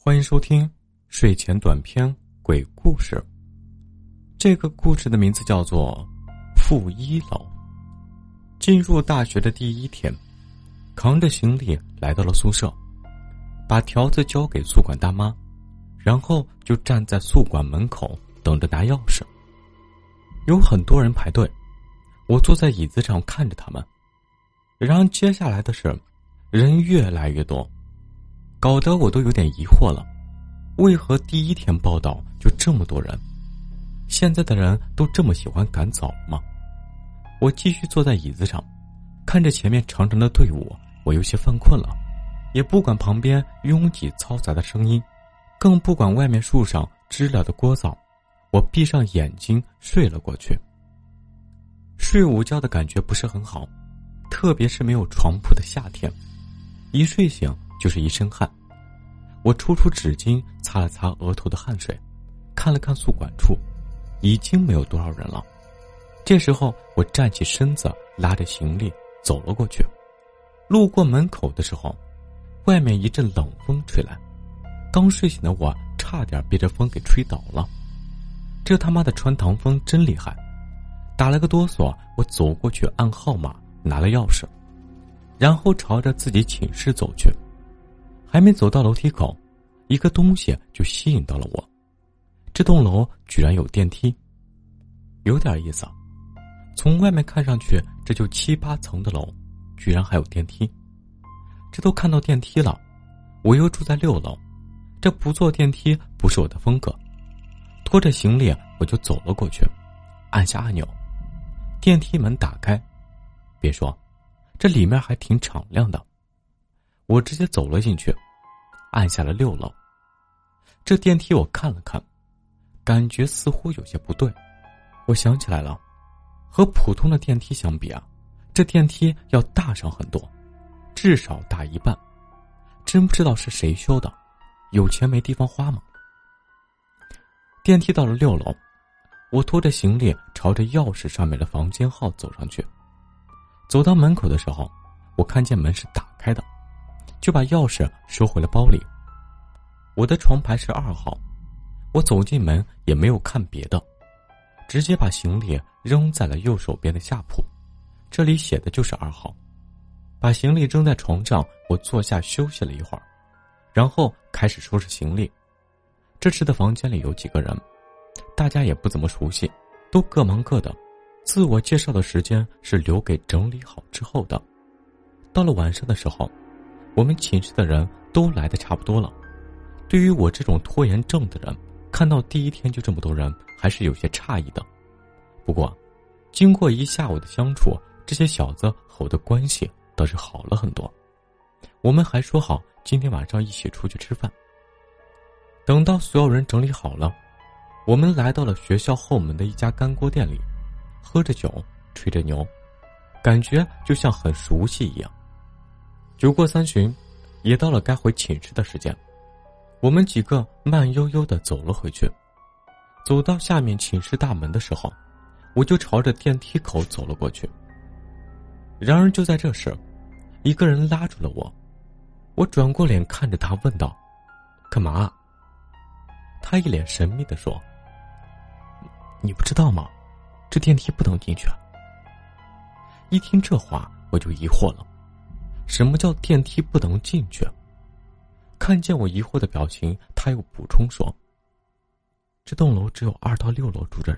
欢迎收听睡前短篇鬼故事。这个故事的名字叫做负一楼。进入大学的第一天，扛着行李来到了宿舍，把条子交给宿管大妈，然后就站在宿管门口等着拿钥匙。有很多人排队，我坐在椅子上看着他们。然而接下来的是人越来越多，搞得我都有点疑惑了，为何第一天报道就这么多人？现在的人都这么喜欢赶早吗？我继续坐在椅子上，看着前面长长的队伍，我有些犯困了，也不管旁边拥挤嘈杂的声音，更不管外面树上知了的聒噪，我闭上眼睛睡了过去。睡午觉的感觉不是很好，特别是没有床铺的夏天，一睡醒就是一身汗。我抽出纸巾擦了擦额头的汗水，看了看宿管处，已经没有多少人了。这时候我站起身子，拉着行李走了过去。路过门口的时候，外面一阵冷风吹来，刚睡醒的我差点被这风给吹倒了。这他妈的穿堂风真厉害！打了个哆嗦，我走过去按号码拿了钥匙，然后朝着自己寝室走去。还没走到楼梯口，一个东西就吸引到了我。这栋楼居然有电梯，有点意思。从外面看上去，这就7、8层的楼，居然还有电梯。这都看到电梯了，我又住在6楼，这不坐电梯不是我的风格。拖着行李我就走了过去，按下按钮，电梯门打开。别说，这里面还挺敞亮的。我直接走了进去，按下了6楼。这电梯我看了看，感觉似乎有些不对。我想起来了，和普通的电梯相比啊，这电梯要大上很多，至少大一半。真不知道是谁修的，有钱没地方花吗？电梯到了6楼，我拖着行李朝着钥匙上面的房间号走上去。走到门口的时候，我看见门是打开的，就把钥匙收回了包里。我的床牌是2号，我走进门也没有看别的，直接把行李扔在了右手边的下铺，这里写的就是2号。把行李扔在床上，我坐下休息了一会儿，然后开始收拾行李。这时的房间里有几个人，大家也不怎么熟悉，都各忙各的，自我介绍的时间是留给整理好之后的。到了晚上的时候，我们寝室的人都来得差不多了。对于我这种拖延症的人，看到第一天就这么多人，还是有些诧异的。不过经过一下午的相处，这些小子和我的关系倒是好了很多。我们还说好今天晚上一起出去吃饭。等到所有人整理好了，我们来到了学校后门的一家干锅店里，喝着酒，吹着牛，感觉就像很熟悉一样。酒过3巡，也到了该回寝室的时间，我们几个慢悠悠地走了回去。走到下面寝室大门的时候，我就朝着电梯口走了过去。然而就在这时，一个人拉住了我。我转过脸看着他问道：干嘛？他一脸神秘地说：你不知道吗？这电梯不能进去。一听这话我就疑惑了，什么叫电梯不能进去？看见我疑惑的表情，他又补充说：这栋楼只有2到6楼住着人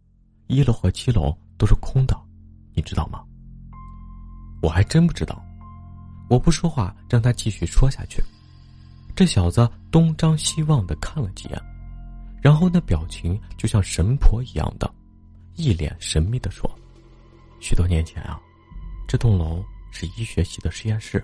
，1楼和7楼都是空的，你知道吗？我还真不知道。我不说话，让他继续说下去。这小子东张西望地看了几眼，然后那表情就像神婆一样的，一脸神秘地说：许多年前啊，这栋楼是医学系的实验室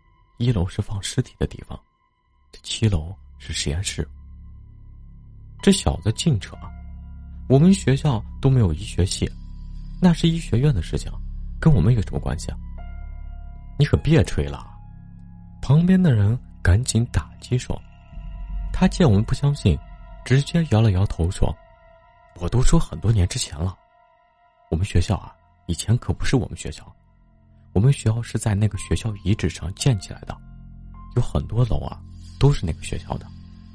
，1楼是放尸体的地方，这7楼是实验室。这小子净扯，我们学校都没有医学系，那是医学院的事情，跟我们有什么关系啊？你可别吹了。旁边的人赶紧打击说。他见我们不相信，直接摇了摇头说：我都说很多年之前了，我们学校啊，以前可不是我们学校，我们学校是在那个学校遗址上建起来的，有很多楼啊都是那个学校的。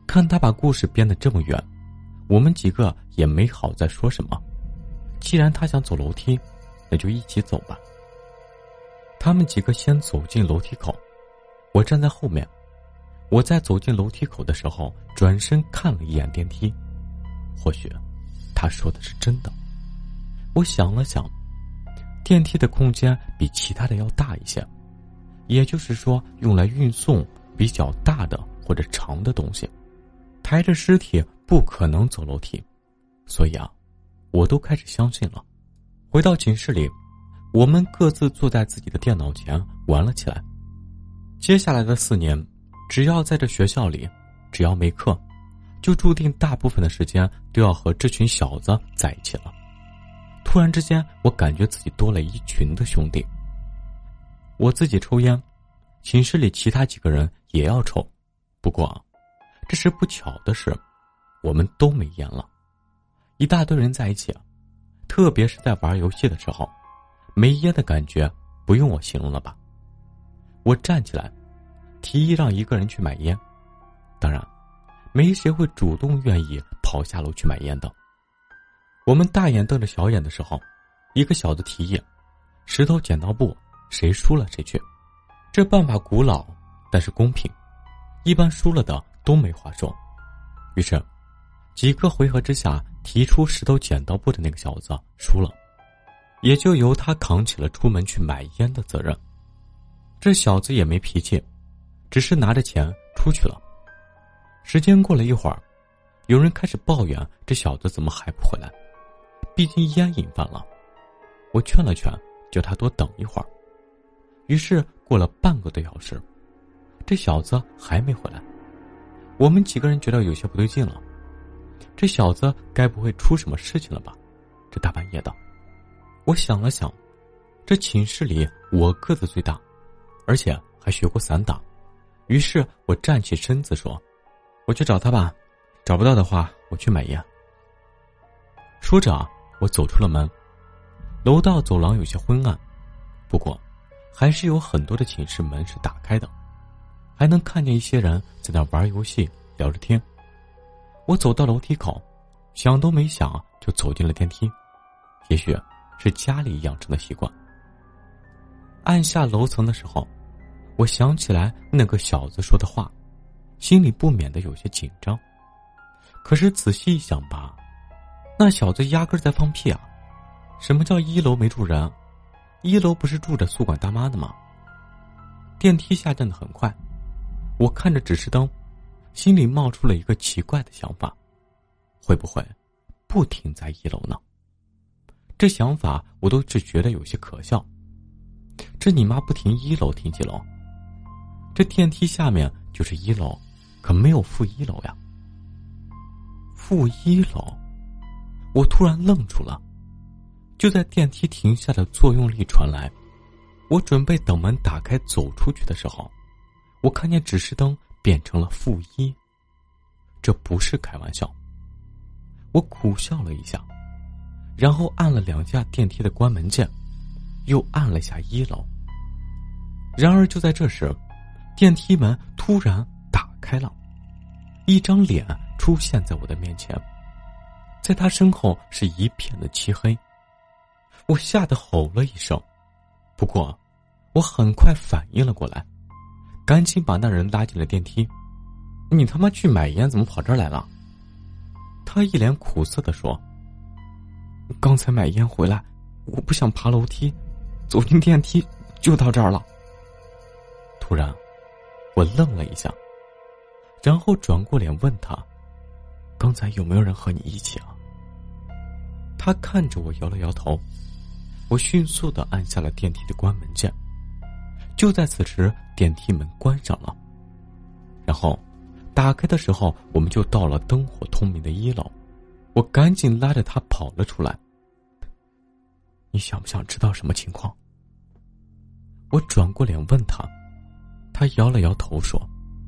看他把故事编得这么远，我们几个也没好再说什么。既然他想走楼梯，那就一起走吧。他们几个先走进楼梯口，我站在后面。我在走进楼梯口的时候，转身看了一眼电梯。或许他说的是真的。我想了想，电梯的空间比其他的要大一些，也就是说用来运送比较大的或者长的东西，抬着尸体不可能走楼梯。所以我都开始相信了。回到寝室里，我们各自坐在自己的电脑前玩了起来。接下来的4年，只要在这学校里，只要没课，就注定大部分的时间都要和这群小子在一起了。突然之间，我感觉自己多了一群的兄弟。我自己抽烟，寝室里其他几个人也要抽，不过这时不巧的是，我们都没烟了。一大堆人在一起，特别是在玩游戏的时候，没烟的感觉不用我形容了吧。我站起来提议让一个人去买烟，当然没谁会主动愿意跑下楼去买烟的。我们大眼瞪着小眼的时候，一个小子提议石头剪刀布，谁输了谁去。这办法古老，但是公平，一般输了的都没话说。于是几个回合之下，提出石头剪刀布的那个小子输了，也就由他扛起了出门去买烟的责任。这小子也没脾气，只是拿着钱出去了。时间过了一会儿，有人开始抱怨这小子怎么还不回来，毕竟烟瘾犯了。我劝了劝，叫他多等一会儿。于是过了半个多小时，这小子还没回来。我们几个人觉得有些不对劲了，这小子该不会出什么事情了吧？这大半夜的。我想了想，这寝室里我个子最大，而且还学过散打。于是我站起身子说，我去找他吧，找不到的话我去买烟。说着我走出了门。楼道走廊有些昏暗，不过还是有很多的寝室门是打开的，还能看见一些人在那玩游戏聊着天。我走到楼梯口，想都没想就走进了电梯，也许是家里养成的习惯。按下楼层的时候，我想起来那个小子说的话，心里不免的有些紧张。可是仔细一想吧，那小子压根在放屁啊！什么叫1楼没住人？1楼不是住着宿管大妈的吗？电梯下站的很快，我看着指示灯，心里冒出了一个奇怪的想法，会不会不停在1楼呢？这想法我都只觉得有些可笑。这你妈不停1楼停几楼？这电梯下面就是1楼，可没有负1楼呀。负1楼，我突然愣住了。就在电梯停下的作用力传来，我准备等门打开走出去的时候，我看见指示灯变成了-1，这不是开玩笑。我苦笑了一下，然后按了2下电梯的关门键，又按了下1楼。然而就在这时，电梯门突然打开了，一张脸出现在我的面前，在他身后是一片的漆黑。我吓得吼了一声，不过我很快反应了过来，赶紧把那人拉进了电梯。你他妈去买烟怎么跑这儿来了？他一脸苦涩地说，刚才买烟回来，我不想爬楼梯，走进电梯就到这儿了。突然我愣了一下，然后转过脸问他，刚才有没有人和你一起啊？他看着我摇了摇头。我迅速地按下了电梯的关门键，就在此时电梯门关上了，然后打开的时候我们就到了灯火通明的1楼。我赶紧拉着他跑了出来。你想不想知道什么情况？我转过脸问他，他摇了摇头说，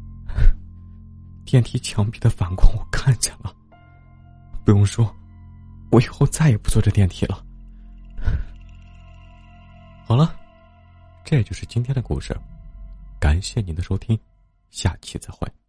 电梯墙壁的反光我看见了，不用说，我以后再也不坐这电梯了。好了，这就是今天的故事，感谢您的收听，下期再会。